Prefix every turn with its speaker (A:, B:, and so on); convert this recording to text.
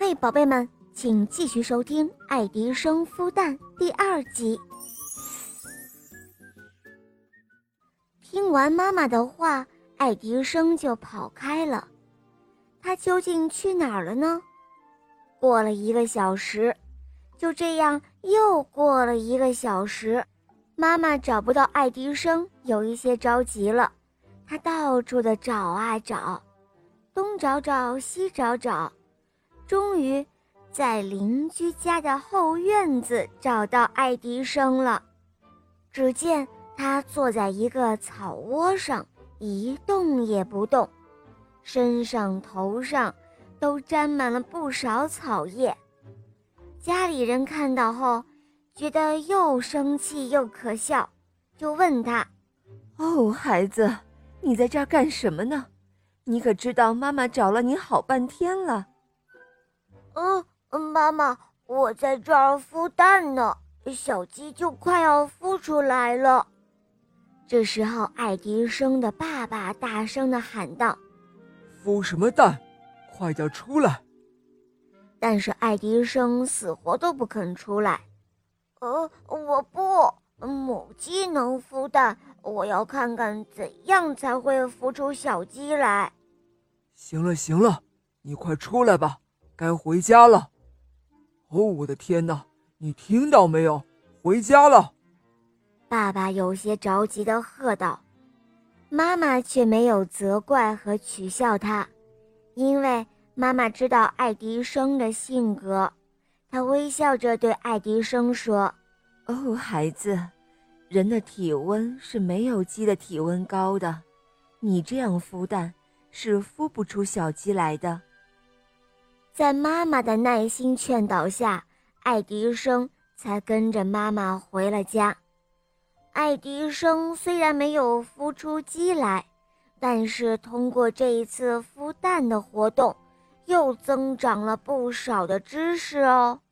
A: 嘿，宝贝们，请继续收听爱迪生孵蛋第2集。听完妈妈的话，爱迪生就跑开了。他究竟去哪儿了呢？过了1个小时，就这样又过了1个小时，妈妈找不到爱迪生，有一些着急了。她到处的找啊找，东找找西找找，终于在邻居家的后院子找到爱迪生了。只见他坐在一个草窝上，一动也不动，身上头上都沾满了不少草叶。家里人看到后，觉得又生气又可笑，就问他：
B: 哦，孩子，你在这儿干什么呢？你可知道妈妈找了你好半天了。
A: 妈妈，我在这儿孵蛋呢，小鸡就快要孵出来了。这时候，爱迪生的爸爸大声地喊道：
C: 孵什么蛋？快点出来！
A: 但是爱迪生死活都不肯出来。我不，母鸡能孵蛋，我要看看怎样才会孵出小鸡来。
C: 行了，你快出来吧，该回家了。哦，我的天哪，你听到没有？回家了！
A: 爸爸有些着急地喝道。妈妈却没有责怪和取笑他，因为妈妈知道爱迪生的性格。她微笑着对爱迪生说：
B: 哦，孩子，人的体温是没有鸡的体温高的，你这样孵蛋是孵不出小鸡来的。
A: 在妈妈的耐心劝导下，爱迪生才跟着妈妈回了家。爱迪生虽然没有孵出鸡来，但是通过这一次孵蛋的活动，又增长了不少的知识哦。